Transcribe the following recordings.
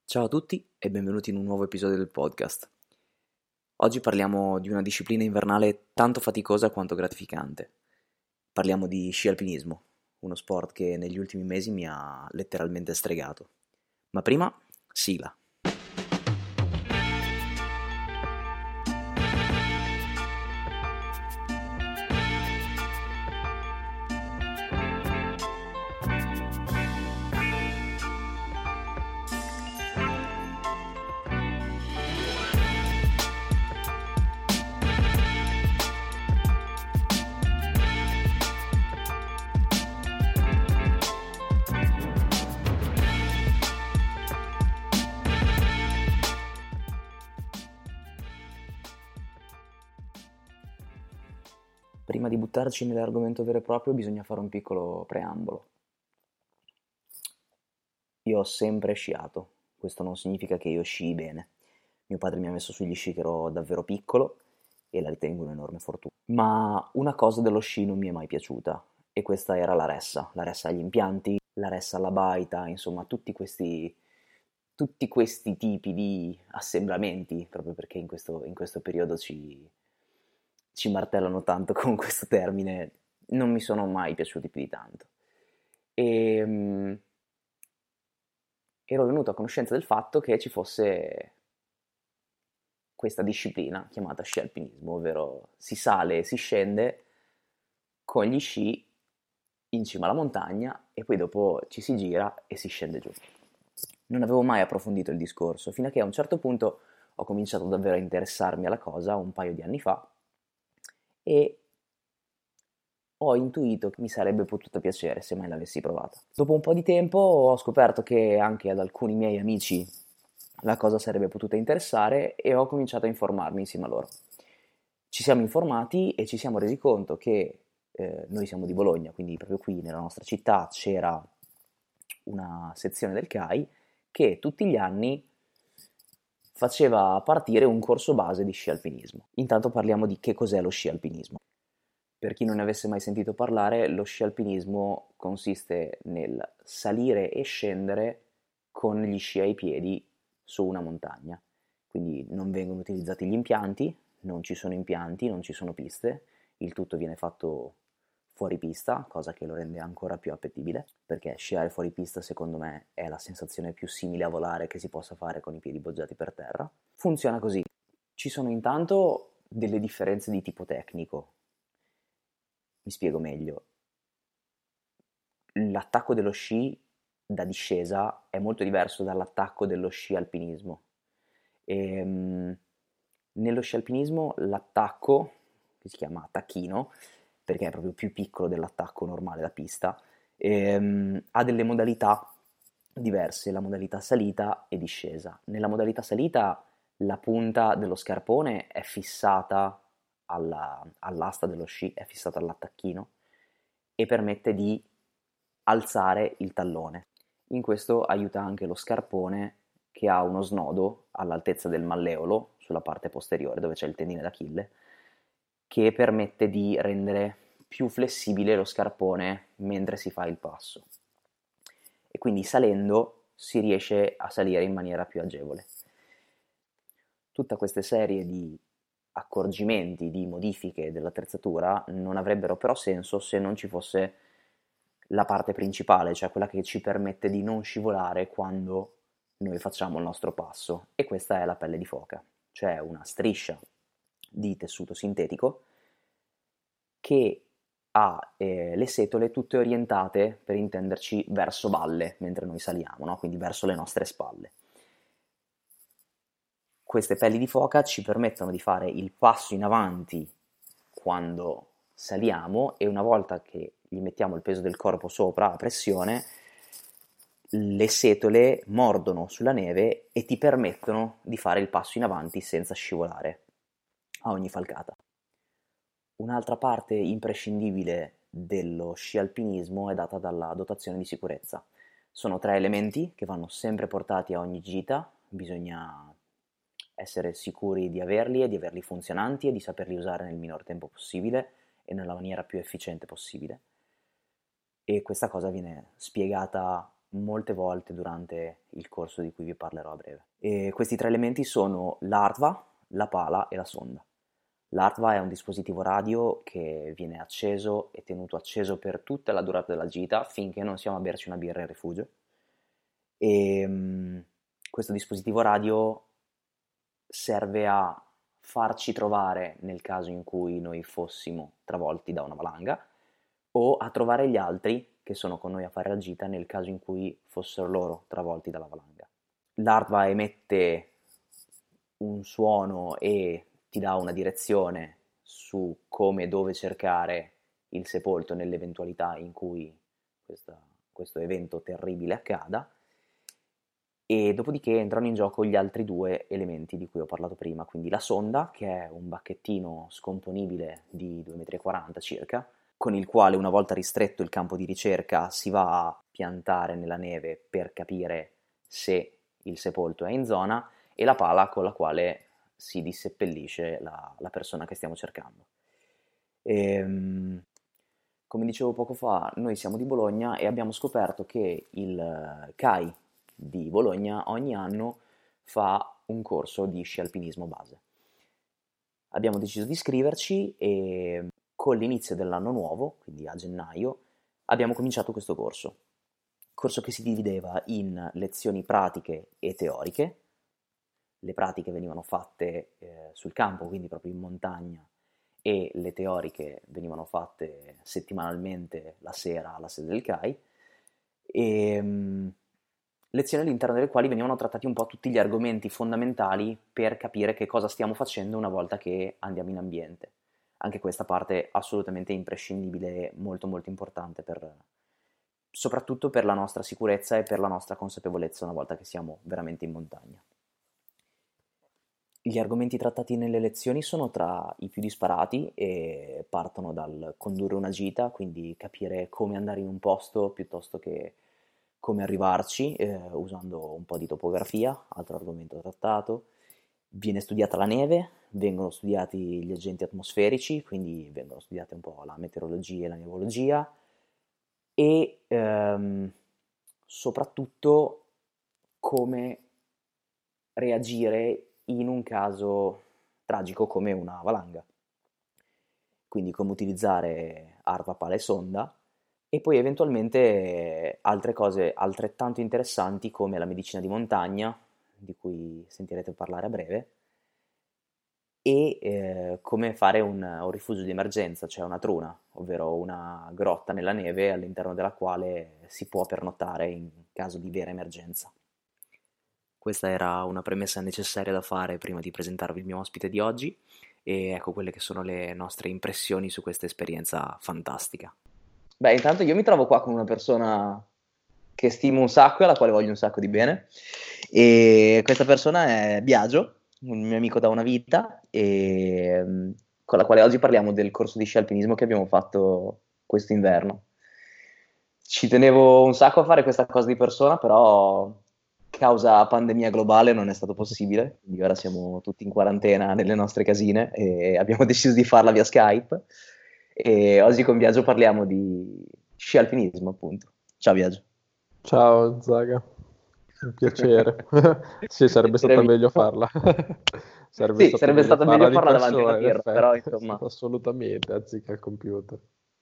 Ciao a tutti e benvenuti in un nuovo episodio del podcast. Oggi parliamo di una disciplina invernale tanto faticosa quanto gratificante. Parliamo di sci alpinismo, uno sport che negli ultimi mesi mi ha letteralmente stregato. Ma prima, sigla. Prima di buttarci nell'argomento vero e proprio bisogna fare un piccolo preambolo. Io ho sempre sciato, questo non significa che io scii bene. Mio padre mi ha messo sugli sci che ero davvero piccolo e la ritengo un'enorme fortuna. Ma una cosa dello sci non mi è mai piaciuta e questa era la ressa agli impianti, la ressa alla baita, insomma tutti questi tipi di assemblamenti, proprio perché in questo periodo ci martellano tanto con questo termine, non mi sono mai piaciuti più di tanto. E ero venuto a conoscenza del fatto che ci fosse questa disciplina chiamata sci alpinismo, ovvero si sale e si scende con gli sci in cima alla montagna e poi dopo ci si gira e si scende giù. Non avevo mai approfondito il discorso, fino a che a un certo punto ho cominciato davvero a interessarmi alla cosa un paio di anni fa e ho intuito che mi sarebbe potuta piacere se mai l'avessi provata. Dopo un po' di tempo ho scoperto che anche ad alcuni miei amici la cosa sarebbe potuta interessare e ho cominciato a informarmi insieme a loro. Ci siamo informati e ci siamo resi conto che noi siamo di Bologna, quindi proprio qui nella nostra città c'era una sezione del CAI che tutti gli anni faceva partire un corso base di sci alpinismo. Intanto parliamo di che cos'è lo sci alpinismo. Per chi non ne avesse mai sentito parlare, lo sci alpinismo consiste nel salire e scendere con gli sci ai piedi su una montagna. Quindi non vengono utilizzati gli impianti, non ci sono impianti, non ci sono piste, il tutto viene fatto fuori pista, cosa che lo rende ancora più appetibile, perché sciare fuori pista secondo me è la sensazione più simile a volare che si possa fare con i piedi poggiati per terra. Funziona così. Ci sono intanto delle differenze di tipo tecnico. Mi spiego meglio. L'attacco dello sci da discesa è molto diverso dall'attacco dello sci alpinismo. Nello sci alpinismo l'attacco, che si chiama attacchino, perché è proprio più piccolo dell'attacco normale da pista, ha delle modalità diverse, la modalità salita e discesa. Nella modalità salita la punta dello scarpone è fissata all'asta dello sci, è fissata all'attacchino e permette di alzare il tallone. In questo aiuta anche lo scarpone che ha uno snodo all'altezza del malleolo, sulla parte posteriore dove c'è il tendine d'Achille, che permette di rendere più flessibile lo scarpone mentre si fa il passo. E quindi salendo si riesce a salire in maniera più agevole. Tutta questa serie di accorgimenti, di modifiche dell'attrezzatura non avrebbero però senso se non ci fosse la parte principale, cioè quella che ci permette di non scivolare quando noi facciamo il nostro passo, e questa è la pelle di foca, cioè una striscia di tessuto sintetico che ha le setole tutte orientate, per intenderci, verso valle mentre noi saliamo, no? Quindi verso le nostre spalle. Queste pelli di foca ci permettono di fare il passo in avanti quando saliamo e una volta che gli mettiamo il peso del corpo sopra a pressione, le setole mordono sulla neve e ti permettono di fare il passo in avanti senza scivolare a ogni falcata. Un'altra parte imprescindibile dello sci alpinismo è data dalla dotazione di sicurezza. Sono 3 elementi che vanno sempre portati a ogni gita, bisogna essere sicuri di averli e di averli funzionanti e di saperli usare nel minor tempo possibile e nella maniera più efficiente possibile. E questa cosa viene spiegata molte volte durante il corso di cui vi parlerò a breve. E questi tre elementi sono l'ARTVA, la pala e la sonda. L'ARTVA è un dispositivo radio che viene acceso e tenuto acceso per tutta la durata della gita finché non siamo a berci una birra in rifugio. E questo dispositivo radio serve a farci trovare nel caso in cui noi fossimo travolti da una valanga o a trovare gli altri che sono con noi a fare la gita nel caso in cui fossero loro travolti dalla valanga. L'ARTVA emette un suono e ti dà una direzione su come e dove cercare il sepolto nell'eventualità in cui questo evento terribile accada, e dopodiché entrano in gioco gli altri due elementi di cui ho parlato prima, quindi la sonda, che è un bacchettino scomponibile di 2,40 m circa, con il quale una volta ristretto il campo di ricerca si va a piantare nella neve per capire se il sepolto è in zona, e la pala con la quale si disseppellisce la persona che stiamo cercando. Come dicevo poco fa, noi siamo di Bologna e abbiamo scoperto che il CAI di Bologna ogni anno fa un corso di sci alpinismo base. Abbiamo deciso di iscriverci e con l'inizio dell'anno nuovo, quindi a gennaio, abbiamo cominciato questo corso che si divideva in lezioni pratiche e teoriche. Le pratiche venivano fatte sul campo, quindi proprio in montagna, e le teoriche venivano fatte settimanalmente la sera alla sede del CAI, e lezioni all'interno delle quali venivano trattati un po' tutti gli argomenti fondamentali per capire che cosa stiamo facendo una volta che andiamo in ambiente. Anche questa parte assolutamente imprescindibile e molto molto importante soprattutto per la nostra sicurezza e per la nostra consapevolezza una volta che siamo veramente in montagna. Gli argomenti trattati nelle lezioni sono tra i più disparati e partono dal condurre una gita, quindi capire come andare in un posto piuttosto che come arrivarci, usando un po' di topografia, altro argomento trattato. Viene studiata la neve, vengono studiati gli agenti atmosferici, quindi vengono studiate un po' la meteorologia e la nevologia, e soprattutto come reagire in un caso tragico come una valanga. Quindi come utilizzare ARPA, pala e sonda, e poi eventualmente altre cose altrettanto interessanti come la medicina di montagna, di cui sentirete parlare a breve, e come fare un rifugio di emergenza, cioè una truna, ovvero una grotta nella neve all'interno della quale si può pernottare in caso di vera emergenza. Questa era una premessa necessaria da fare prima di presentarvi il mio ospite di oggi, e ecco quelle che sono le nostre impressioni su questa esperienza fantastica. Beh, intanto io mi trovo qua con una persona che stimo un sacco e alla quale voglio un sacco di bene, e questa persona è Biagio, un mio amico da una vita, e con la quale oggi parliamo del corso di sci alpinismo che abbiamo fatto quest'inverno. Ci tenevo un sacco a fare questa cosa di persona, però causa pandemia globale non è stato possibile, quindi ora siamo tutti in quarantena nelle nostre casine e abbiamo deciso di farla via Skype, e oggi con Biagio parliamo di sci alpinismo, appunto. Ciao Biagio. Ciao Zaga, un piacere. Sì, sarebbe stato meglio farla. Sarebbe Sì, stato sarebbe meglio stato meglio farla di farla davanti a una persona, in birra, però effetti. insomma Assolutamente, anziché al computer.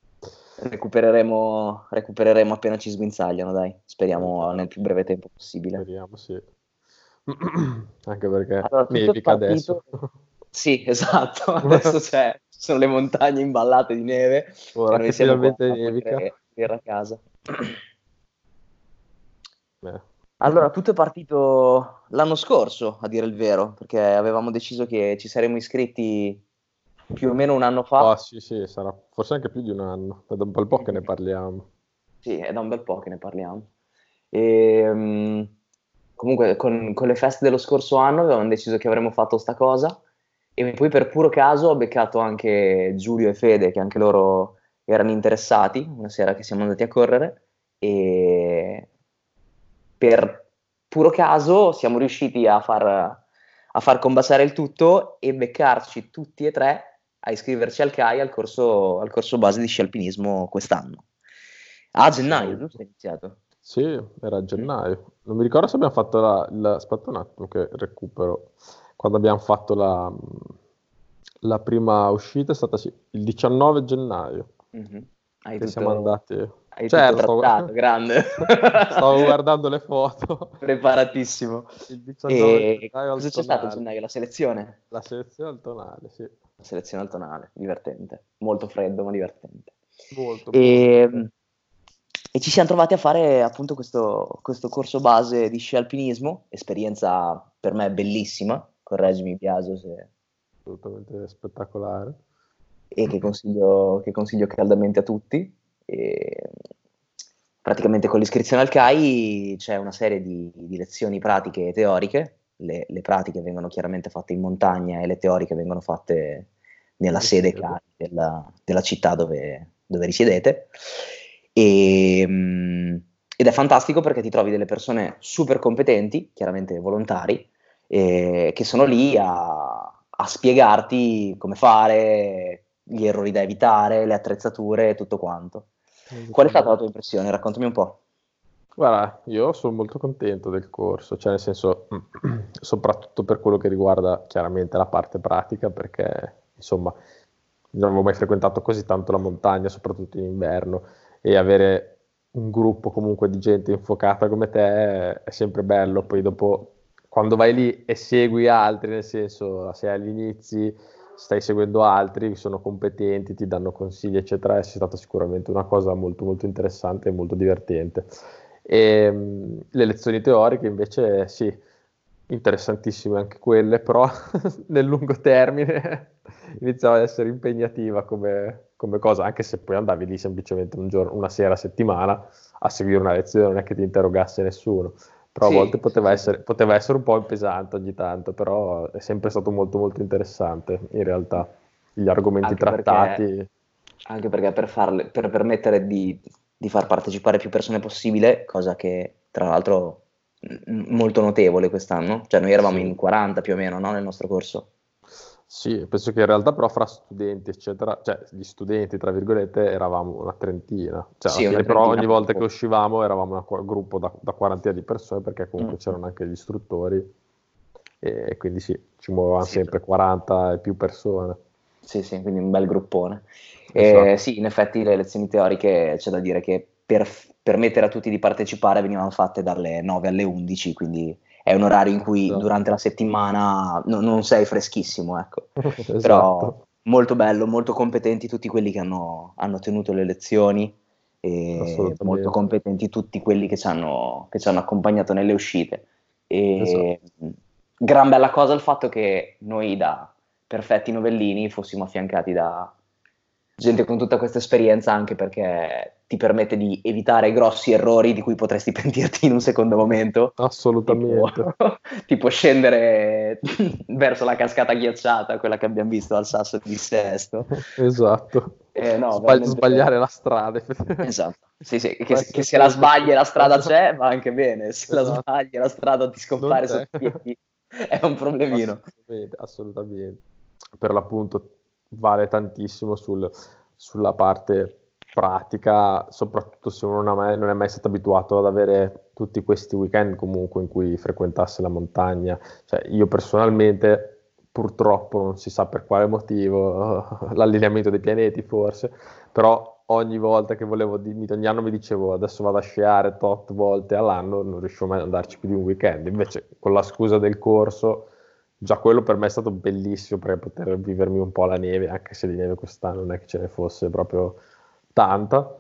recupereremo appena ci sguinzagliano, dai. Speriamo nel più Esatto, breve tempo possibile. speriamo, sì. Anche perché Allora, tutto è nevica adesso. partito. Sì, esatto, adesso ci sono le montagne imballate di neve e Ora noi che siamo qua finalmente a nevica. pulire birra a casa. Beh. Allora, tutto è partito l'anno scorso, a dire il vero, perché avevamo deciso che ci saremmo iscritti più o meno un anno Oh, fa. sì, sì, sarà forse anche più di un anno. È da un bel po' che ne parliamo. Sì, è da un bel po' che ne parliamo. E comunque con le feste dello scorso anno avevamo deciso che avremmo fatto sta cosa, e poi per puro caso ho beccato anche Giulio e Fede, che anche loro erano interessati, una sera che siamo andati a correre, e per puro caso siamo riusciti a far combaciare il tutto e beccarci tutti e tre a iscriverci al CAI, al corso base di sci alpinismo quest'anno. A gennaio, Sì. giusto? È iniziato. Sì, era a gennaio. Non mi ricordo se abbiamo fatto aspetta un attimo che recupero. Quando abbiamo fatto la prima uscita è stata sì, il 19 gennaio Mhm. Hai che siamo tutto, andati. hai tutto Certo, trattato, grande. stavo guardando le foto. Preparatissimo. Il 19 E gennaio al cosa c'è stato a Tonale. gennaio? La selezione? La selezione al Tonale, sì. La selezione al tonale, divertente. Molto freddo, ma divertente. Molto, molto. E, e ci siamo trovati a fare appunto questo corso base di sci alpinismo, esperienza per me bellissima, correggimi Biagio se Assolutamente spettacolare. e che consiglio caldamente a tutti. E praticamente con l'iscrizione al CAI c'è una serie di lezioni pratiche e teoriche. Le pratiche vengono chiaramente fatte in montagna e le teoriche vengono fatte nella In sede sede. CAI della città dove risiedete. E, ed è fantastico perché ti trovi delle persone super competenti, chiaramente volontari, che sono lì a spiegarti come fare, gli errori da evitare, le attrezzature e tutto quanto. Qual è stata la Esattamente. tua impressione? Raccontami un po'. Guarda, io sono molto contento del corso, cioè nel senso, soprattutto per quello che riguarda chiaramente la parte pratica, perché insomma non avevo mai frequentato così tanto la montagna, soprattutto in inverno, e avere un gruppo comunque di gente infuocata come te è sempre bello. Poi dopo, quando vai lì e segui altri, nel senso, sei agli inizi, stai seguendo altri che sono competenti, ti danno consigli, eccetera, è stata sicuramente una cosa molto molto interessante e molto divertente. E, le lezioni teoriche invece sì, interessantissime anche quelle, però nel lungo termine iniziava ad essere impegnativa come cosa, anche se poi andavi lì semplicemente un giorno, una sera a settimana a seguire una lezione, non è che ti interrogasse nessuno. Però a volte Sì, sì, sì, sì. poteva essere un po' pesante ogni tanto, però è sempre stato molto molto interessante in realtà. Gli argomenti Anche perché, trattati, anche perché per permettere di far partecipare più persone possibile, cosa che tra l'altro molto notevole quest'anno, cioè noi eravamo sì. in 40 più o meno, no, nel nostro corso. Sì, penso che in realtà però fra studenti, eccetera, cioè gli studenti, tra virgolette, eravamo una trentina. Cioè, alla Sì, una fine però trentina ogni volta che proprio. uscivamo eravamo un gruppo da quarantina di persone perché comunque Mm. c'erano anche gli istruttori e quindi sì, ci muovevano Sì, sempre 40 e più persone. sì, sì, quindi un bel gruppone. Esatto, Sì, in effetti le lezioni teoriche c'è da dire che per permettere a tutti di partecipare venivano fatte dalle 9 alle 11, quindi è un orario in cui durante esatto, la settimana non sei freschissimo, ecco. Però esatto, molto bello, molto competenti tutti quelli che hanno tenuto le lezioni e molto assolutamente, competenti tutti quelli che ci hanno accompagnato nelle uscite. E esatto. gran bella cosa il fatto che noi da perfetti novellini fossimo affiancati da gente con tutta questa esperienza, anche perché ti permette di evitare grossi errori di cui potresti pentirti in un secondo momento, tipo, Assolutamente, tipo scendere verso la cascata ghiacciata, quella che abbiamo visto al Sasso di Sesto. esatto. No, veramente. Sbagliare la strada, effettivamente. Esatto, sì, sì, Può che essere se la quello sbagli e la strada cosa. c'è, va anche bene, se la Esatto. sbagli e la strada ti Non scompare c'è. sotto i piedi, è un problemino. Assolutamente, assolutamente. Per l'appunto vale tantissimo sulla parte pratica, soprattutto se uno non è mai stato abituato ad avere tutti questi weekend comunque in cui frequentasse la montagna. Cioè, io personalmente, purtroppo, non si sa per quale motivo, l'allineamento dei pianeti forse, però ogni volta che ogni anno mi dicevo adesso vado a sciare tot volte all'anno, non riuscivo mai ad andarci più di un weekend. Invece con la scusa del corso, già quello per me è stato bellissimo per poter vivermi un po' la neve, anche se di neve quest'anno non è che ce ne fosse proprio tanta,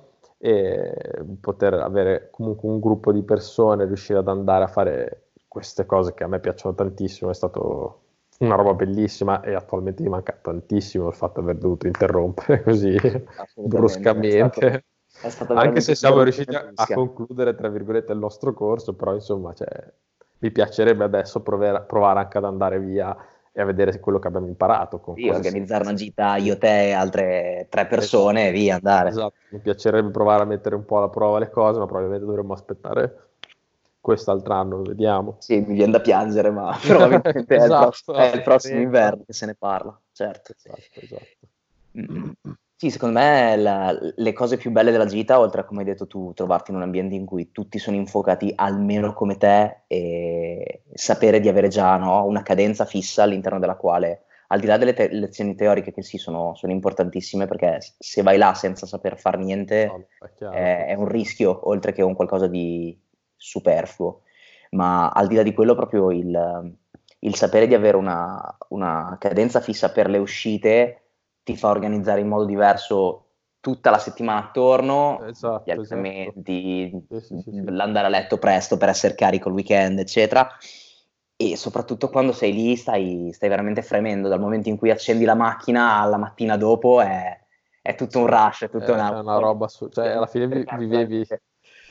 e poter avere comunque un gruppo di persone, riuscire ad andare a fare queste cose che a me piacciono tantissimo, è stato una roba bellissima e attualmente mi manca tantissimo il fatto di aver dovuto interrompere così Assolutamente, bruscamente, è stato anche veramente se siamo un'interruzione riusciti a brusca. concludere, tra virgolette, il nostro corso, però insomma, cioè, mi piacerebbe adesso provare anche ad andare via e a vedere quello che abbiamo imparato con Sì, cose organizzare una semplici. gita io, te e altre 3 persone e Esatto, via andare. esatto. Mi piacerebbe provare a mettere un po' alla prova le cose, ma probabilmente dovremmo aspettare quest'altro anno, vediamo. Sì, mi viene da piangere, ma probabilmente è Esatto, è il prossimo esperienza. inverno che se ne parla, certo. Esatto, esatto. Mm. Sì, secondo me le cose più belle della gita, oltre a, come hai detto tu, trovarti in un ambiente in cui tutti sono infuocati almeno come te e sapere di avere già, no, una cadenza fissa all'interno della quale, al di là delle lezioni teoriche che sì, sono importantissime, perché se vai là senza saper fare No, niente no, è chiaro. è un rischio, oltre che un qualcosa di superfluo. Ma al di là di quello, proprio il sapere di avere una cadenza fissa per le uscite ti fa organizzare in modo diverso tutta la settimana attorno, gli Esatto, esatto. allenamenti, Sì, sì, sì, sì. l'andare a letto presto per essere carico il weekend, eccetera. E soprattutto quando sei lì stai veramente fremendo, dal momento in cui accendi la macchina alla mattina dopo è tutto un Sì, rush, è tutta è una roba, cioè alla fine cercare vivevi, veramente.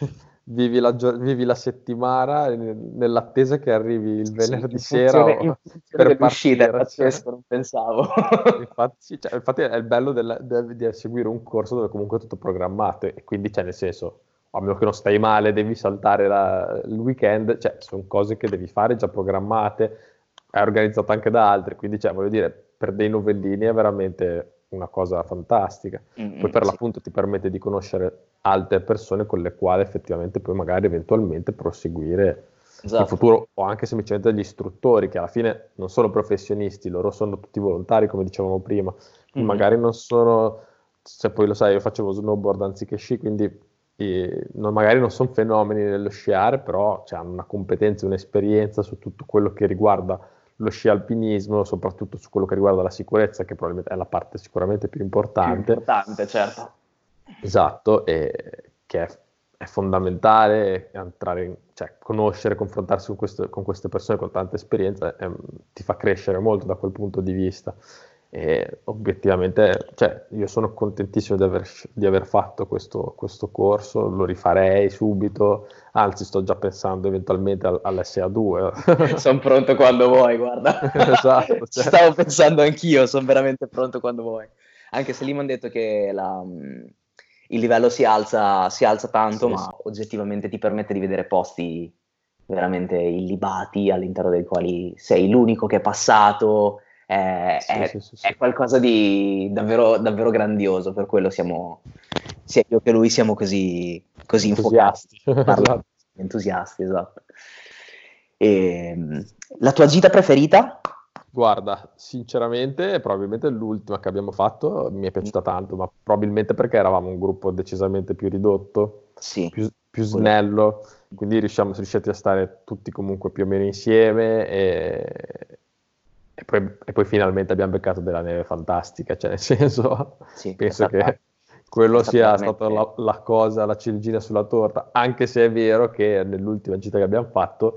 vivi la settimana nell'attesa che arrivi il Sì, venerdì sera in funzione per dell'uscita, è partire. Cioè. pazzesco, non pensavo. Infatti, sì, cioè, infatti è il bello di seguire un corso dove comunque è tutto programmato e quindi cioè, nel senso, a meno che non stai male, devi saltare il weekend, cioè sono cose che devi fare già programmate, è organizzato anche da altri, quindi cioè, voglio dire, per dei novellini è veramente una cosa fantastica. Poi per Sì, l'appunto ti permette di conoscere altre persone con le quali effettivamente poi magari eventualmente proseguire in esatto. futuro o anche semplicemente degli istruttori che alla fine non sono professionisti, loro sono tutti volontari come dicevamo prima, quindi Mhm. magari non sono, se poi lo sai io facevo snowboard anziché sci, quindi magari non sono fenomeni nello sciare, però cioè, hanno una competenza, un'esperienza su tutto quello che riguarda lo sci alpinismo, soprattutto su quello che riguarda la sicurezza, che probabilmente è la parte sicuramente più Più importante. importante, certo. Esatto, e che è fondamentale entrare cioè, conoscere, confrontarsi con queste persone con tanta esperienza, ti fa crescere molto da quel punto di vista. E obiettivamente, cioè, io sono contentissimo di aver fatto questo corso, lo rifarei subito, anzi sto già pensando eventualmente all'SA2. Sono pronto quando vuoi, guarda. Esatto, Ci cioè, stavo pensando anch'io, sono veramente pronto quando vuoi. Anche se lì mi hanno detto che il livello si alza tanto, sì, ma sì. oggettivamente ti permette di vedere posti veramente illibati all'interno dei quali sei l'unico che è passato. È, Sì, è- sì, sì, è sì. qualcosa di davvero, davvero grandioso, per quello sia io che lui siamo così infuocati, Entusiasti, parlando, esatto. entusiasti, esatto. E, la tua gita preferita? Guarda, sinceramente, probabilmente l'ultima che abbiamo fatto mi è piaciuta tanto, ma probabilmente perché eravamo un gruppo decisamente più ridotto, Sì, più quello. snello, quindi siamo riusciti a stare tutti comunque più o meno insieme e poi finalmente abbiamo beccato della neve fantastica, cioè nel senso, Sì, penso che è quello stata sia stata veramente. la cosa, la ciliegina sulla torta, anche se è vero che nell'ultima gita che abbiamo fatto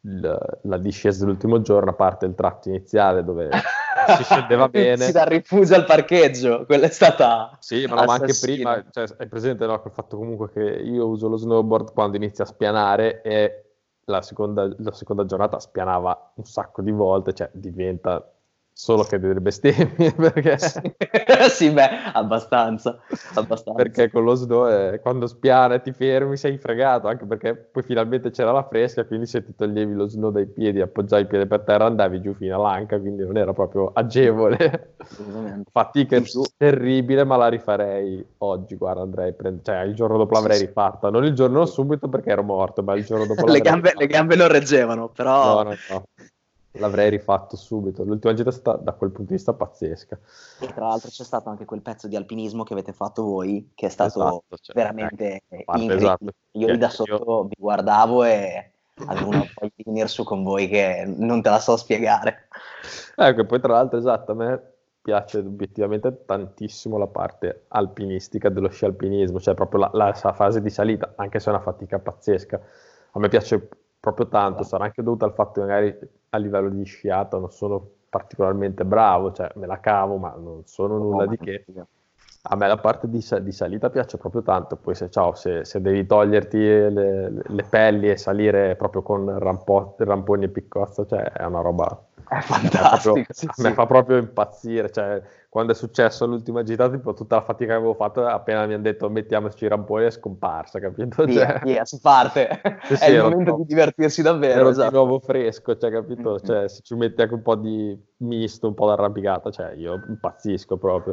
la discesa dell'ultimo giorno, a parte il tratto iniziale dove si scendeva Si bene, dà rifugio al parcheggio, quella è stata sì, ma no, ma anche assassina. prima, cioè, hai presente, no, col fatto comunque che io uso lo snowboard quando inizia a spianare e la seconda giornata spianava un sacco di volte, cioè diventa solo che delle bestemmie, perché Sì, beh, abbastanza, abbastanza. perché con lo snow quando spiana e ti fermi sei fregato, anche perché poi finalmente c'era la fresca, quindi se ti toglievi lo snow dai piedi, appoggiavi il piede per terra, andavi giù fino all'anca, quindi non era proprio agevole. Assolutamente. Fatica Sì, sì, terribile, ma la rifarei oggi, guarda, cioè il giorno dopo sì, l'avrei sì. rifatta, non il giorno Sì. subito perché ero morto, ma il giorno dopo Le l'avrei gambe, le rifatta. gambe non reggevano, No, però. no, no, l'avrei rifatto subito. L'ultima gita è stata da quel punto di vista pazzesca. E tra l'altro c'è stato anche quel pezzo di alpinismo che avete fatto voi, che è stato Esatto, cioè, ecco, veramente la parte incredibile. esatto, Io lì da che io sotto vi guardavo e avevo una voglia di venire su con voi che non te la so spiegare. Ecco, e poi tra l'altro, esatto, a me piace obiettivamente tantissimo la parte alpinistica dello sci alpinismo, cioè proprio la fase di salita, anche se è una fatica pazzesca. A me piace proprio tanto, Esatto. sarà anche dovuto al fatto che magari a livello di sciata non sono particolarmente bravo, cioè me la cavo, ma non sono Oh, nulla ma di che. A me la parte di salita piace proprio tanto, poi se devi toglierti le pelli e salire proprio con ramponi e piccozza, cioè è una roba è che fantastico, sì, a me sì. fa proprio impazzire, cioè quando è successo l'ultima gita, tipo tutta la fatica che avevo fatto, appena mi hanno detto mettiamoci i ramponi è scomparsa, capito? Via, Cioè, via, si parte. sì, È sì, il momento di divertirsi davvero, ero di esatto. nuovo fresco, cioè, capito? Mm-mm. Cioè, se ci metti anche un po' di misto, un po' d'arrampicata, cioè io impazzisco proprio.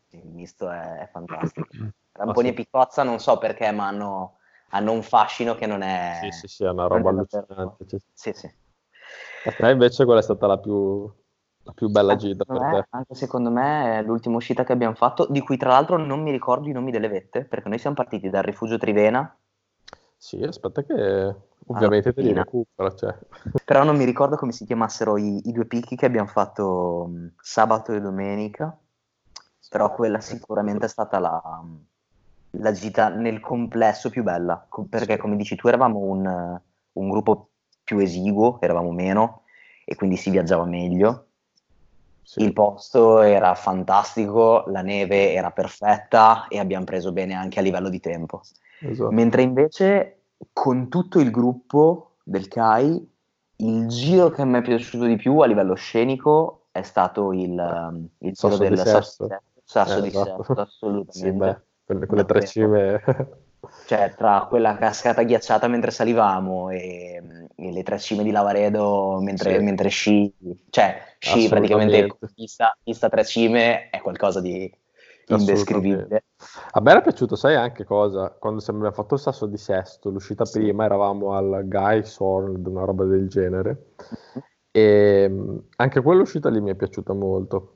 il misto è fantastico. Sì. Ramponi e Picozza non so perché, ma hanno un fascino che non Sì, è, sì, sì, è una non roba è davvero... allucinante. Cioè, Sì, sì. per te invece qual è stata la più bella gita per te? Anche secondo me è l'ultima uscita che abbiamo fatto, di cui tra l'altro non mi ricordo i nomi delle vette, perché noi siamo partiti dal Rifugio Trivena Sì, aspetta che alla ovviamente te li Pontina, recupero, cioè. però non mi ricordo come si chiamassero i due picchi che abbiamo fatto sabato e domenica, però Aspetta, quella sicuramente è stata la gita nel complesso più bella, sì, perché come dici tu eravamo un gruppo più esiguo, eravamo meno e quindi si viaggiava meglio. sì, Il posto era fantastico, la neve era perfetta e abbiamo preso bene anche a livello di tempo. esatto. Mentre invece con tutto il gruppo del CAI, il giro che mi è piaciuto di più a livello scenico è stato il giro Sasso di del Sasso di Sesto, Sesto, Sasso di esatto. Sesto, Sì, beh, assolutamente, quelle tre davvero. cime. Cioè, tra quella cascata ghiacciata mentre salivamo e le tre cime di Lavaredo Sì, mentre sci, cioè sci praticamente con assolutamente. vista tre cime è qualcosa di Assolutamente. indescrivibile. A me era piaciuto, sai anche cosa? Quando abbiamo fatto il Sasso di Sesto, l'uscita Sì. prima, eravamo al Guy Sorn, una roba del genere. Mhm. E anche quell'uscita lì mi è piaciuta molto.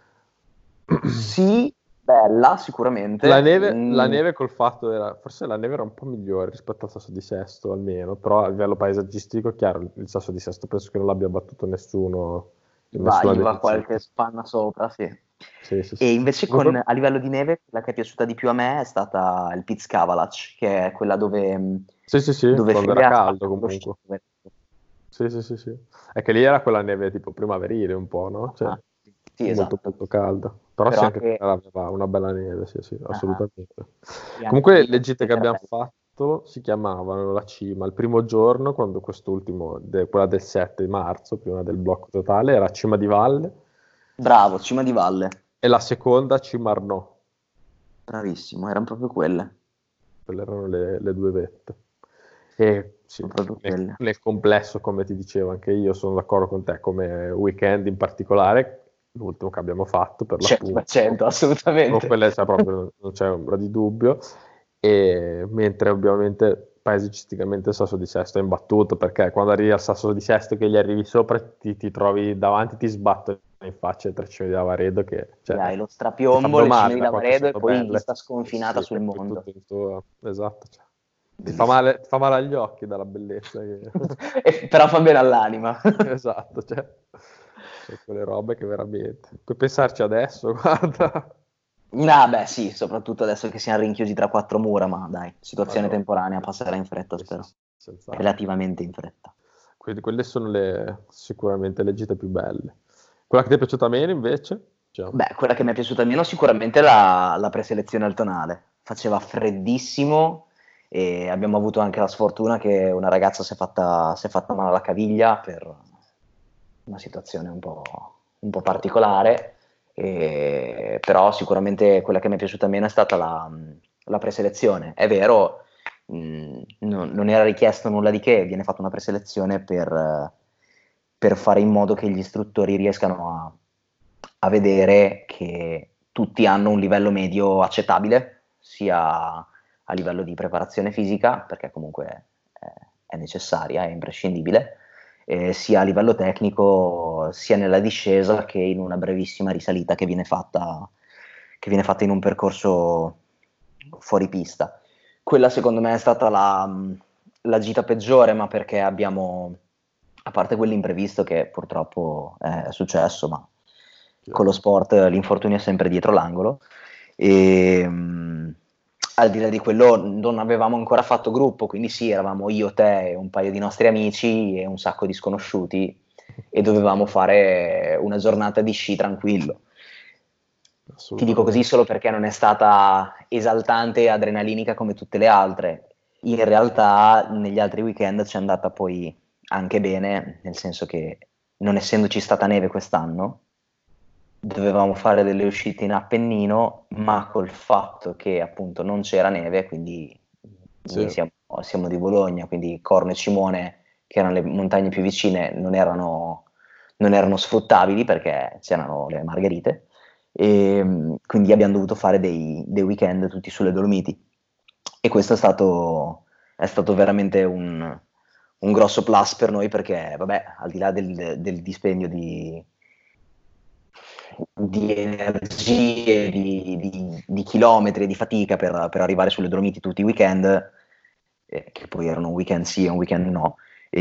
Sì, bella sicuramente. La neve col fatto era, forse la neve era un po' migliore rispetto al Sasso di Sesto almeno, però a livello paesaggistico, chiaro, il Sasso di Sesto penso che non l'abbia battuto nessuno in nessuna Gli delle va qualche gite. spanna sopra, sì. Sì, sì, E sì. invece Comunque, a livello di neve, quella che è piaciuta di più a me è stata il Piz Cavalac, che è quella sì, sì, sì, dove quando era Fede ha caldo spaccato lo comunque. sci. Sì, sì, sì, sì. È che lì era quella neve tipo primaverile un po', no? Cioè, Ah, sì, molto esatto. molto calda. Però sì, Però anche che quella aveva una bella neve, sì, sì, ah, assolutamente. e anche Comunque lì le devo gite dire che che era abbiamo bello. fatto si chiamavano la cima. Il primo giorno, quando quest'ultimo, quella del 7 marzo, prima del blocco totale, era Cima di Valle Bravo, Cima di Valle. e la seconda Cima Arno. Bravissimo, erano proprio quelle. Quelle erano le due vette. E sì, Erano proprio quelle. nel complesso, come ti dicevo, anche io sono d'accordo con te, come weekend in particolare, l'ultimo che abbiamo fatto per l'appunto, 100%, con assolutamente. quelle non c'è ombra di dubbio, e mentre ovviamente paesaggisticamente il Sasso di Sesto è imbattuto, perché quando arrivi al Sasso di Sesto che gli arrivi sopra ti trovi davanti, ti sbattono in faccia le tre cime di Avaredo che Sì, cioè, hai lo ti strapiombo, fanno le cime male di da quanto Lavaredo e sono poi belle. vista sconfinata Sì, sul e poi mondo. tutto il tuo... Esatto, cioè. Bellissimo. Ti fa male agli occhi dalla bellezza. Però fa bene all'anima. Esatto, cioè, sono quelle robe che veramente... Puoi pensarci adesso, guarda. Ah, beh, sì, soprattutto adesso che siamo rinchiusi tra quattro mura, ma dai, situazione Madonna. temporanea, passerà in fretta, Sì, sì, spero. sì, senz'altro. Relativamente in fretta. Quelle sono sicuramente le gite più belle. Quella che ti è piaciuta meno, invece? Cioè, Beh, quella che mi è piaciuta meno sicuramente è la preselezione altonale. Faceva freddissimo e abbiamo avuto anche la sfortuna che una ragazza si è fatta male alla caviglia per una situazione un po' particolare, però sicuramente quella che mi è piaciuta meno è stata la preselezione. È vero, non era richiesto nulla di che, viene fatta una preselezione per fare in modo che gli istruttori riescano a vedere che tutti hanno un livello medio accettabile, sia a livello di preparazione fisica, perché comunque è necessaria, è imprescindibile, sia a livello tecnico, sia nella discesa che in una brevissima risalita che viene fatta in un percorso fuori pista. Quella secondo me è stata la gita peggiore, ma perché abbiamo, a parte quell'imprevisto che purtroppo è successo, ma con lo chiaro. sport l'infortunio è sempre dietro l'angolo, e al di là di quello non avevamo ancora fatto gruppo, quindi sì, eravamo io, te e un paio di nostri amici e un sacco di sconosciuti e dovevamo fare una giornata di sci tranquillo. Ti dico così Assolutamente. solo perché non è stata esaltante e adrenalinica come tutte le altre. In realtà negli altri weekend ci è andata poi anche bene, nel senso che non essendoci stata neve quest'anno, dovevamo fare delle uscite in Appennino, ma col fatto che appunto non c'era neve, quindi Sì, noi siamo di Bologna, quindi Corno e Cimone, che erano le montagne più vicine, non erano sfruttabili perché c'erano le margherite. e quindi abbiamo dovuto fare dei weekend tutti sulle Dolomiti e questo è stato veramente un grosso plus per noi perché, vabbè, al di là del dispendio di energie, di chilometri e di fatica per arrivare sulle Dolomiti tutti i weekend, che poi erano un weekend sì e un weekend no,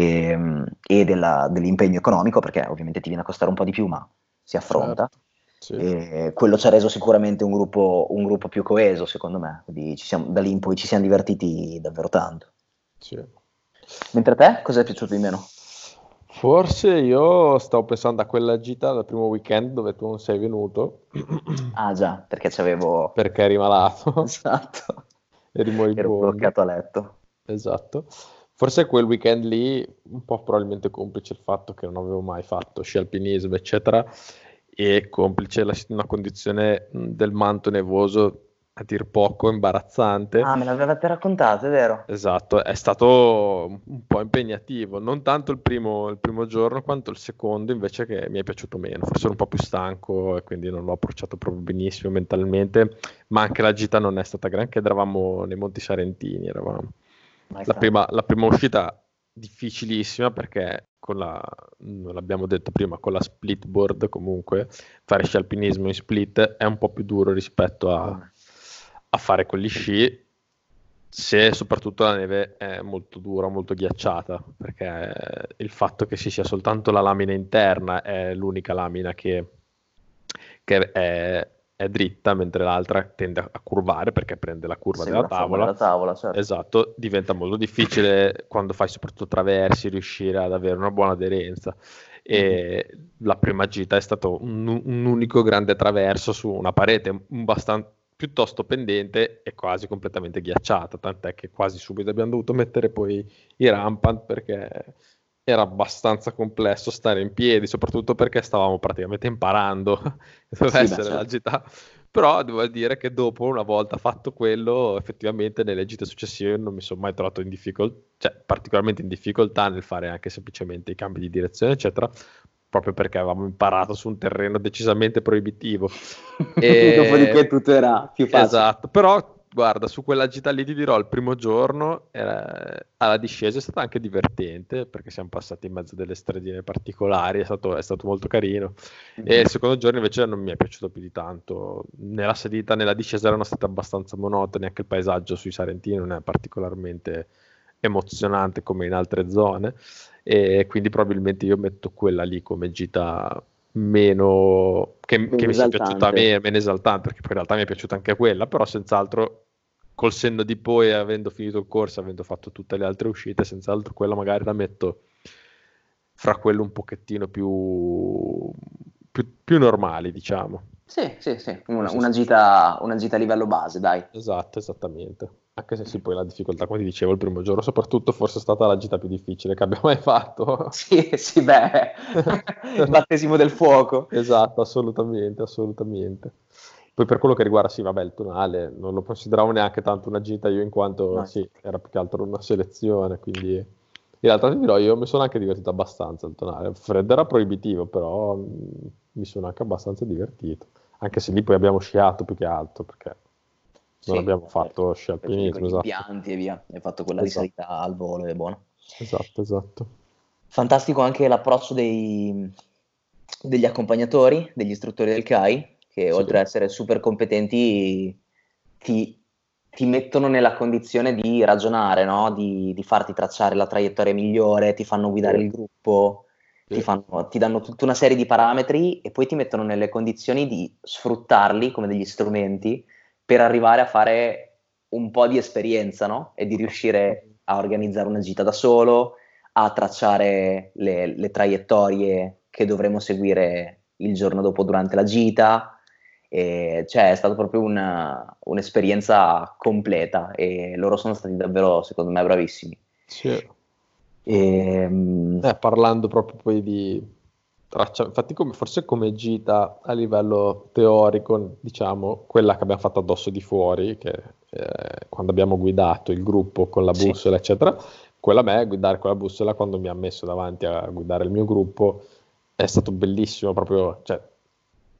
e dell'impegno economico, perché ovviamente ti viene a costare un po' di più, ma si affronta. Certo, sì. E quello ci ha reso sicuramente un gruppo più coeso, secondo me. Quindi da lì in poi ci siamo divertiti davvero tanto. Sì. Mentre a te, cosa è piaciuto di meno? Forse io stavo pensando a quella gita del primo weekend dove tu non sei venuto Ah già, perché c'avevo... perché eri malato, Esatto, eri ero moribondo. bloccato a letto. Esatto. Forse quel weekend lì, un po' probabilmente complice il fatto che non avevo mai fatto sci alpinismo, eccetera, e complice una condizione del manto nevoso a dir poco imbarazzante. Ah, me l'avevate raccontato, è vero? Esatto, è stato un po' impegnativo, non tanto il primo giorno quanto il secondo invece che mi è piaciuto meno, forse ero un po' più stanco e quindi non l'ho approcciato proprio benissimo mentalmente, ma anche la gita non è stata granché, eravamo nei Monti Sarentini, eravamo. Mai stato. La prima uscita difficilissima perché non l'abbiamo detto prima, con la split board comunque, fare sci alpinismo in split è un po' più duro rispetto a fare con gli sci, se soprattutto la neve è molto dura, molto ghiacciata, perché il fatto che ci sia soltanto la lamina interna è l'unica lamina che è dritta, mentre l'altra tende a curvare perché prende la curva Segue della la forma tavola. della tavola, certo. Esatto, diventa molto difficile quando fai soprattutto traversi riuscire ad avere una buona aderenza. Mhm. E la prima gita è stato un unico grande traverso su una parete piuttosto pendente e quasi completamente ghiacciata, tant'è che quasi subito abbiamo dovuto mettere poi i rampant perché era abbastanza complesso stare in piedi, soprattutto perché stavamo praticamente imparando, doveva Sì, beh, essere la certo. gita. Però devo dire che dopo, una volta fatto quello, effettivamente nelle gite successive non mi sono mai trovato in difficoltà, cioè particolarmente in difficoltà nel fare anche semplicemente i cambi di direzione, eccetera, proprio perché avevamo imparato su un terreno decisamente proibitivo. Dopodiché E... tutto era più facile. Esatto, però guarda, su quella gita lì ti dirò, il primo giorno alla discesa è stata anche divertente perché siamo passati in mezzo a delle stradine particolari, è stato molto carino. E Mhm. il secondo giorno invece non mi è piaciuto più di tanto. Né la salita né la discesa erano state abbastanza monotone, anche il paesaggio sui Sarentini non è particolarmente emozionante come in altre zone. E quindi probabilmente io metto quella lì come gita meno che Meno mi sia piaciuta a esaltante. me, meno esaltante, perché poi in realtà mi è piaciuta anche quella, però senz'altro col senno di poi, avendo finito il corso, avendo fatto tutte le altre uscite, senz'altro quella magari la metto fra quelle un pochettino più normali, diciamo. Sì, sì, sì, Sì, una, sì, una sì. gita, una gita a livello base, dai. Esatto, esattamente. Anche se sì, poi la difficoltà, come ti dicevo, il primo giorno, soprattutto forse è stata la gita più difficile che abbia mai fatto. Sì, sì, beh, il battesimo del fuoco. Esatto, assolutamente, assolutamente. Poi per quello che riguarda, sì, vabbè, il tonale, non lo consideravo neanche tanto una gita io in quanto, No, sì, infatti. era più che altro una selezione, quindi in realtà ti dirò, io mi sono anche divertito abbastanza il tonale. Freddo era proibitivo, però mi sono anche abbastanza divertito. Anche se lì poi abbiamo sciato più che altro, perché non Sì, abbiamo certo. fatto sci Poi c'eri con alpinismo, gli esatto. impianti e via. Hai fatto quella Esatto, risalita al volo, è buono. esatto, esatto. Fantastico anche l'approccio degli accompagnatori, degli istruttori del CAI, che Sì, oltre ad essere super competenti ti, ti mettono nella condizione di ragionare, no? Di farti tracciare la traiettoria migliore, ti fanno sì, guidare il gruppo, ti sì, ti danno tutta una serie di parametri e poi ti mettono nelle condizioni di sfruttarli come degli strumenti per arrivare a fare un po' di esperienza, no? E di riuscire assolutamente. a organizzare una gita da solo, a tracciare le traiettorie che dovremo seguire il giorno dopo durante la gita. E, cioè, è stata proprio un'esperienza completa e loro sono stati davvero, secondo me, bravissimi. Sì. E, Parlando proprio poi di traccia, infatti forse come gita a livello teorico, diciamo, quella che abbiamo fatto addosso di fuori, che quando abbiamo guidato il gruppo con la sì, bussola, eccetera, quella a me, guidare con la bussola, quando mi ha messo davanti a guidare il mio gruppo, è stato bellissimo, proprio, cioè,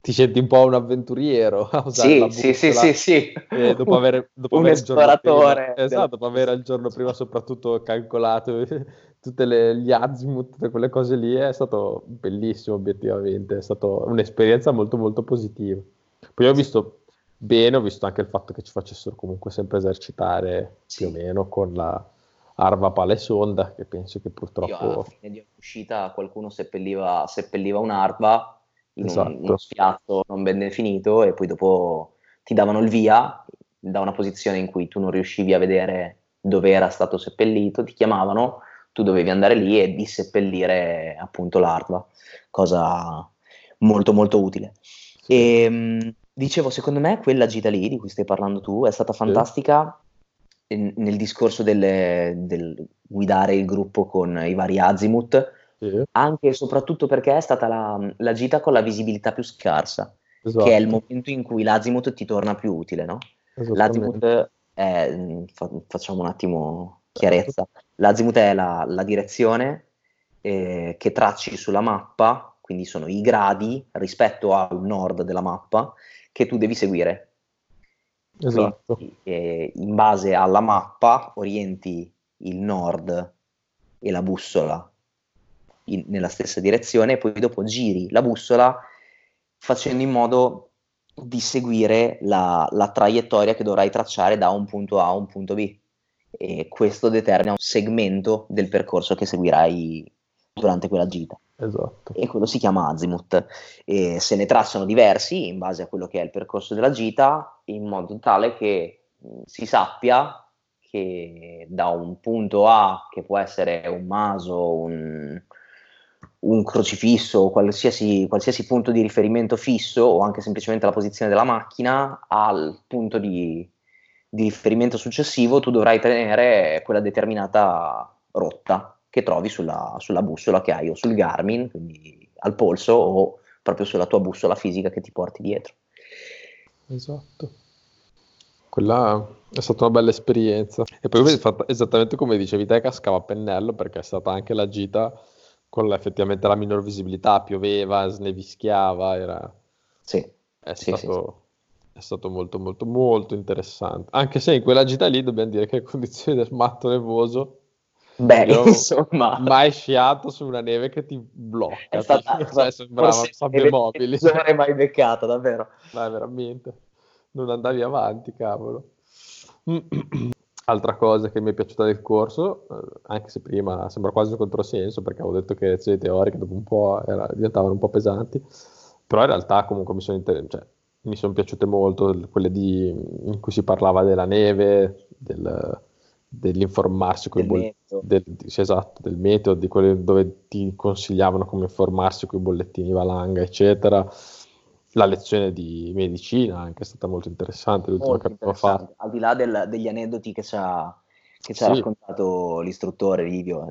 ti senti un po' un avventuriero a usare la Sì, sì, bussola, sì, sì. e dopo Un avere il giorno prima, esploratore della... esatto, dopo avere il giorno prima soprattutto calcolato tutte gli azimuth, tutte quelle cose lì, è stato bellissimo obiettivamente, è stata un'esperienza molto molto positiva. Poi ho visto bene, ho visto anche il fatto che ci facessero comunque sempre esercitare più o Sì. meno con la arma pala e sonda, che penso che Io alla purtroppo... fine di ogni uscita qualcuno seppelliva un'arma in uno Esatto, spiazzo non ben definito e poi dopo ti davano il via da una posizione in cui tu non riuscivi a vedere dove era stato seppellito, ti chiamavano, tu dovevi andare lì e disseppellire appunto l'arma, cosa molto molto utile. sì, Dicevo, secondo me quella gita lì di cui stai parlando tu è stata sì, fantastica nel discorso del guidare il gruppo con i vari azimuth, sì, anche e soprattutto perché è stata la gita con la visibilità più scarsa, che è il esatto, momento in cui l'azimuth ti torna più utile, no? esattamente. L'azimuth è, facciamo un attimo Certo. chiarezza, l'azimuth è la direzione che tracci sulla mappa, quindi sono i gradi rispetto al nord della mappa che tu devi seguire. Quindi Esatto, in base alla mappa orienti il nord e la bussola nella stessa direzione e poi dopo giri la bussola facendo in modo di seguire la traiettoria che dovrai tracciare da un punto A a un punto B e questo determina un segmento del percorso che seguirai durante quella gita esatto, e quello si chiama azimuth e se ne tracciano diversi in base a quello che è il percorso della gita in modo tale che si sappia che da un punto A, che può essere un maso, un crocifisso, qualsiasi punto di riferimento fisso o anche semplicemente la posizione della macchina, al punto di riferimento successivo tu dovrai tenere quella determinata rotta che trovi sulla bussola che hai o sul Garmin, quindi al polso o proprio sulla tua bussola fisica che ti porti dietro. esatto. Quella è stata una bella esperienza. E poi Sì, fatta esattamente come dicevi te, cascava a pennello perché è stata anche la gita con effettivamente la minor visibilità, pioveva, snevischiava, sì, è sì, sì. è stato molto molto molto interessante. Anche se in quella gita lì dobbiamo dire che le condizioni del matto nevoso, Beh, io non ho insomma, mai sciato su una neve che ti è blocca, stata cioè sembrava forse la sabbie neve mobili. peggiore mai beccata, davvero. Dai, veramente, non andavi avanti, cavolo. Altra cosa che mi è piaciuta del corso, anche se prima sembra quasi un controsenso, perché avevo detto che le lezioni teoriche dopo un po' diventavano un po' pesanti, però in realtà comunque cioè, mi sono piaciute molto quelle in cui si parlava della neve, dell'informarsi con i Del metodo. sì, esatto, del metodo, di quelle dove ti consigliavano come informarsi con i bollettini valanga, eccetera. La lezione di medicina anche è stata molto interessante, l'ultima che Molto abbiamo fatto. interessante, al di là degli aneddoti che ci ha Sì, raccontato l'istruttore Livio,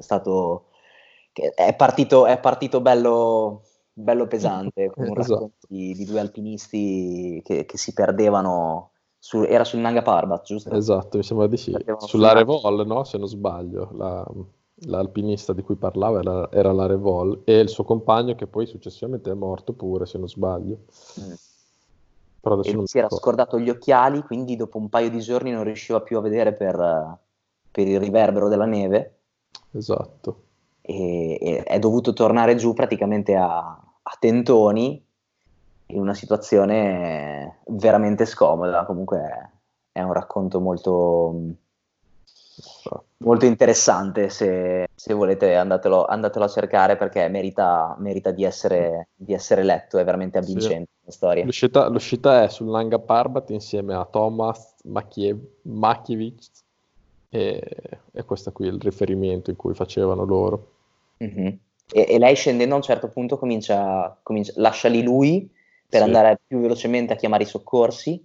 è partito bello pesante, con un racconto esatto, di due alpinisti che si perdevano, era sul Nanga Parbat, giusto? esatto, mi sembra di Si sì. perdevano sul Sulla Nanga. Revol, no? Se non sbaglio, l'alpinista di cui parlava era la Revol e il suo compagno che poi successivamente è morto pure, se non sbaglio. Mm. Però E adesso lui non mi si era ricordo. scordato gli occhiali, quindi dopo un paio di giorni non riusciva più a vedere per il riverbero della neve Esatto. e è dovuto tornare giù praticamente a tentoni in una situazione veramente scomoda. Comunque è un racconto molto, Esatto. molto interessante. Se volete andatelo a cercare perché merita di essere letto, è veramente Sì. avvincente la storia. L'uscita è sul Nanga Parbat insieme a Thomas Makiewicz e questo qui è il riferimento in cui facevano loro. Mhm. E lei scendendo a un certo punto lascia lì lui per Sì, andare più velocemente a chiamare i soccorsi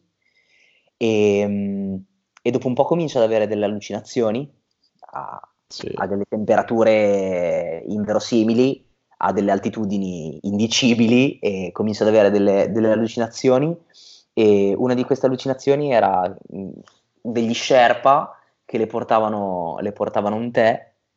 e dopo un po' comincia ad avere delle allucinazioni, a, sì, a delle temperature inverosimili, a delle altitudini indicibili e comincia ad avere delle allucinazioni e una di queste allucinazioni era degli Sherpa che le portavano un tè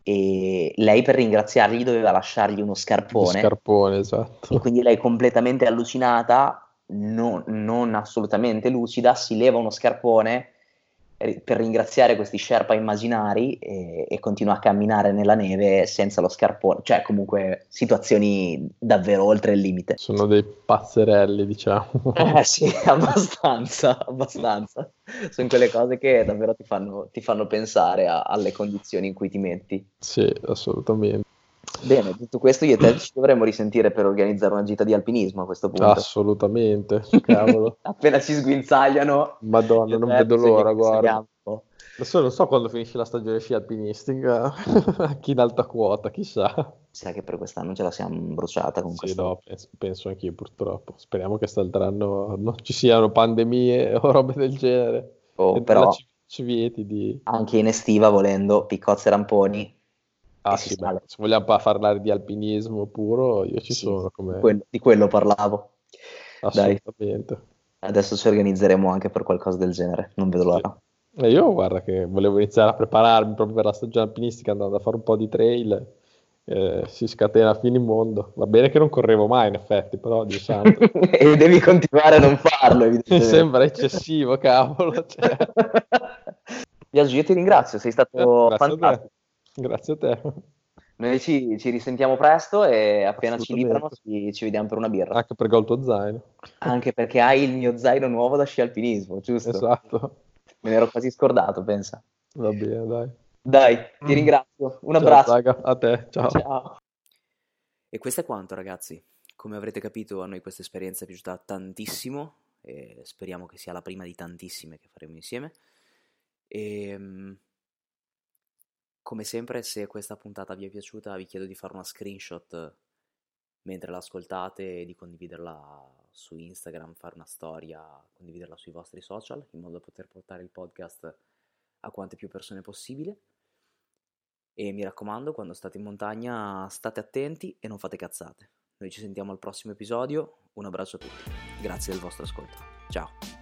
e lei per ringraziarli doveva lasciargli uno Di scarpone. scarpone, E esatto. quindi lei completamente allucinata, non assolutamente lucida, si leva uno scarpone per ringraziare questi Sherpa immaginari e continua a camminare nella neve senza lo scarpone, cioè comunque situazioni davvero oltre il limite. Sono dei pazzerelli, diciamo. Sì, abbastanza, abbastanza. Sono quelle cose che davvero ti fanno pensare alle condizioni in cui ti metti. Sì, assolutamente. Bene, detto questo, io e te ci dovremmo risentire per organizzare una gita di alpinismo a questo punto. Assolutamente, cavolo. Appena ci sguinzagliano, Madonna, io e non te vedo l'ora, guarda. segniamo un po'. Adesso non so quando finisce la stagione sci alpinistica, chi in alta quota, chissà. Sa che per quest'anno ce la siamo bruciata con Sì, questa. no, penso anch'io purtroppo. Speriamo che quest'altro non ci siano pandemie o robe del genere. E Però ci vieti di... anche in estiva, volendo, piccozze e ramponi Ah e si sì, beh, sale. se vogliamo parlare di alpinismo puro, io ci Sì, sono di come... quello parlavo. Dai, Assolutamente. adesso ci organizzeremo anche per qualcosa del genere, non vedo Sì. l'ora. E io guarda che volevo iniziare a prepararmi proprio per la stagione alpinistica andando a fare un po' di trail, si scatena a finimondo. Va bene che non correvo mai in effetti, però Dio santo. E devi continuare a non farlo, Mi evidentemente. sembra eccessivo, cavolo. Cioè. Biagio, io ti ringrazio, sei stato Grazie a te. fantastico. Grazie a te. Noi ci risentiamo presto e appena ci liberano Assolutamente. ci vediamo per una birra. Anche perché ho il tuo zaino. Anche perché hai il mio zaino nuovo da sci alpinismo, giusto? Esatto. Me ne ero quasi scordato, pensa. Va bene, dai. Dai, ti ringrazio. Un Ciao, abbraccio. Saga. A te. Ciao. Ciao. E questo è quanto, ragazzi. Come avrete capito, a noi questa esperienza è piaciuta tantissimo e speriamo che sia la prima di tantissime che faremo insieme. E come sempre, se questa puntata vi è piaciuta, vi chiedo di fare una screenshot mentre l'ascoltate e di condividerla su Instagram, fare una storia, condividerla sui vostri social, in modo da poter portare il podcast a quante più persone possibile. E mi raccomando, quando state in montagna state attenti e non fate cazzate. Noi ci sentiamo al prossimo episodio, un abbraccio a tutti, grazie del vostro ascolto, ciao!